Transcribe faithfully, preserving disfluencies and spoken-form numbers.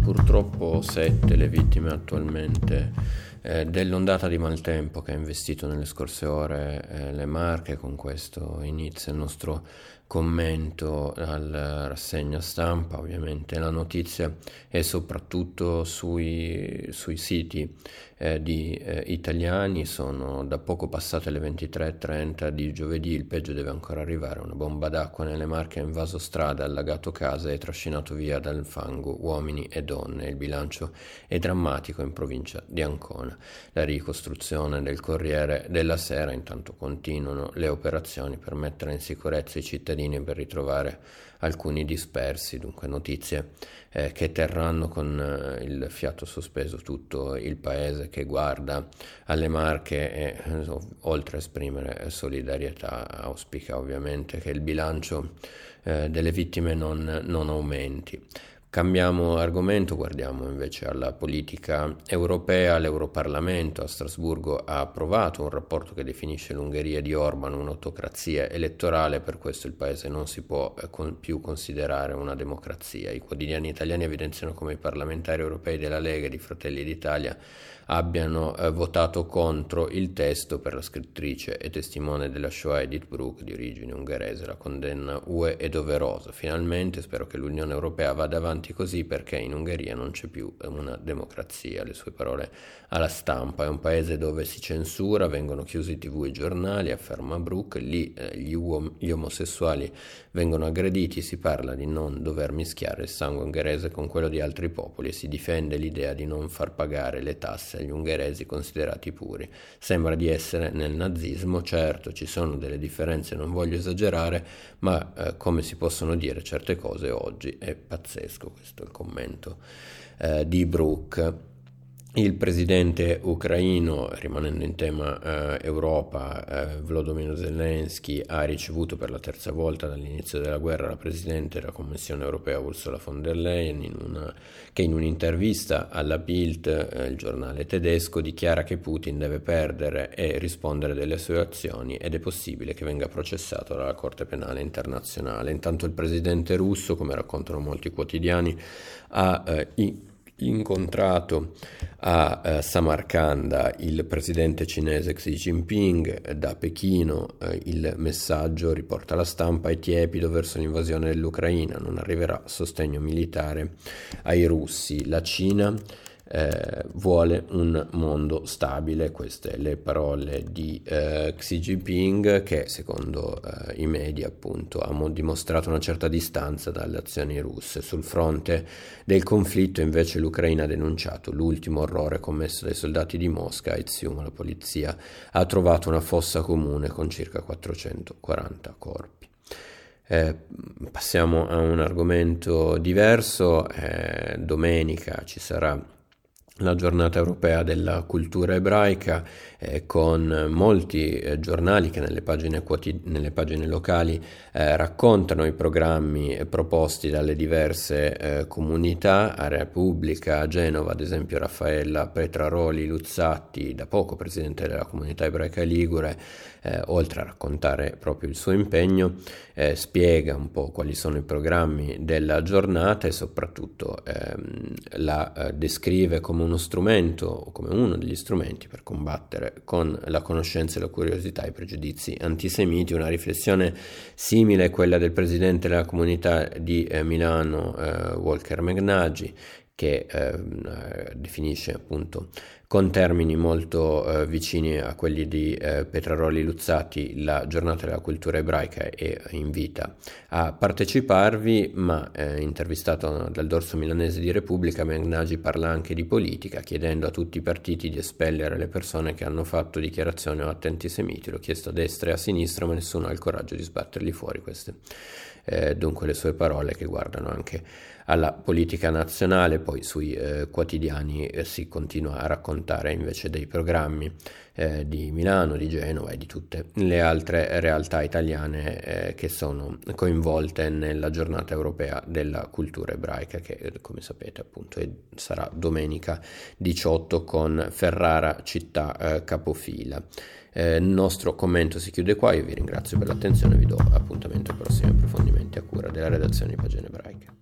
purtroppo sette le vittime attualmente eh, dell'ondata di maltempo che ha investito nelle scorse ore eh, le Marche. Con questo inizia il nostro commento alla rassegna stampa. Ovviamente la notizia è soprattutto sui, sui siti eh, di eh, italiani. Sono da poco passate le ventitré e trenta di giovedì, il peggio deve ancora arrivare. Una bomba d'acqua nelle Marche ha invaso strade, allagato case e trascinato via dal fango uomini e donne. Il bilancio è drammatico in provincia di Ancona. La ricostruzione del Corriere della Sera. Intanto continuano le operazioni per mettere in sicurezza i cittadini, per ritrovare alcuni dispersi. Dunque notizie eh, che terranno con eh, il fiato sospeso tutto il paese che guarda alle Marche e eh, oltre a esprimere solidarietà auspica ovviamente che il bilancio eh, delle vittime non, non aumenti. Cambiamo argomento, guardiamo invece alla politica europea. L'Europarlamento a Strasburgo ha approvato un rapporto che definisce l'Ungheria di Orban un'autocrazia elettorale. Per questo il paese non si può eh, con più considerare una democrazia. I quotidiani italiani evidenziano come i parlamentari europei della Lega e di Fratelli d'Italia abbiano eh, votato contro il testo. Per la scrittrice e testimone della Shoah Edith Bruck, di origine ungherese, la condanna U E è doverosa. Finalmente spero che l'Unione Europea vada avanti così, perché in Ungheria non c'è più una democrazia. Le sue parole alla Stampa: è un paese dove si censura, vengono chiusi tv e giornali, afferma Bruck, lì eh, gli, uom- gli omosessuali vengono aggrediti, si parla di non dover mischiare il sangue ungherese con quello di altri popoli e si difende l'idea di non far pagare le tasse agli ungheresi considerati puri. Sembra di essere nel nazismo. Certo, ci sono delle differenze, non voglio esagerare, ma eh, come si possono dire certe cose oggi è pazzesco. Questo è il commento eh, di Bruck. Il presidente ucraino, rimanendo in tema eh, Europa, eh, Volodymyr Zelensky, ha ricevuto per la terza volta dall'inizio della guerra la presidente della Commissione europea Ursula von der Leyen, in una, che in un'intervista alla Bild, eh, il giornale tedesco, dichiara che Putin deve perdere e rispondere delle sue azioni ed è possibile che venga processato dalla Corte Penale Internazionale. Intanto il presidente russo, come raccontano molti quotidiani, ha eh, incontrato a eh, Samarcanda il presidente cinese Xi Jinping. Da Pechino eh, il messaggio, riporta la Stampa, è tiepido verso l'invasione dell'Ucraina, non arriverà sostegno militare ai russi. La Cina Eh, vuole un mondo stabile. Queste le parole di eh, Xi Jinping, che secondo eh, i media appunto ha mo- dimostrato una certa distanza dalle azioni russe. Sul fronte del conflitto invece l'Ucraina ha denunciato l'ultimo orrore commesso dai soldati di Mosca. A Izium la polizia ha trovato una fossa comune con circa quattrocentoquaranta corpi. Eh, passiamo a un argomento diverso. Eh, domenica ci sarà la giornata europea della cultura ebraica, eh, con molti eh, giornali che nelle pagine, quotid- nelle pagine locali eh, raccontano i programmi eh, proposti dalle diverse eh, comunità. A Repubblica, a Genova, ad esempio, Raffaella Petraroli Luzzatti, da poco presidente della comunità ebraica ligure, eh, oltre a raccontare proprio il suo impegno, eh, spiega un po' quali sono i programmi della giornata e soprattutto ehm, la eh, descrive come uno strumento o come uno degli strumenti per combattere con la conoscenza e la curiosità i pregiudizi antisemiti. Una riflessione simile è quella del presidente della comunità di eh, Milano, eh, Walker Megnaggi, che eh, definisce appunto con termini molto eh, vicini a quelli di eh, Petraroli Luzzatti la giornata della cultura ebraica e invita a parteciparvi. Ma eh, intervistato dal dorso milanese di Repubblica, Megnaggi parla anche di politica, chiedendo a tutti i partiti di espellere le persone che hanno fatto dichiarazioni o atti antisemiti. L'ho chiesto a destra e a sinistra, ma nessuno ha il coraggio di sbatterli fuori. Queste eh, dunque le sue parole, che guardano anche alla politica nazionale. Poi sui eh, quotidiani eh, si continua a raccontare invece dei programmi eh, di Milano, di Genova e di tutte le altre realtà italiane eh, che sono coinvolte nella giornata europea della cultura ebraica, che eh, come sapete appunto è, sarà domenica diciotto con Ferrara città eh, capofila. Eh, il nostro commento si chiude qua. Io vi ringrazio per l'attenzione e vi do appuntamento ai prossimi approfondimenti a cura della redazione di Pagine Ebraiche.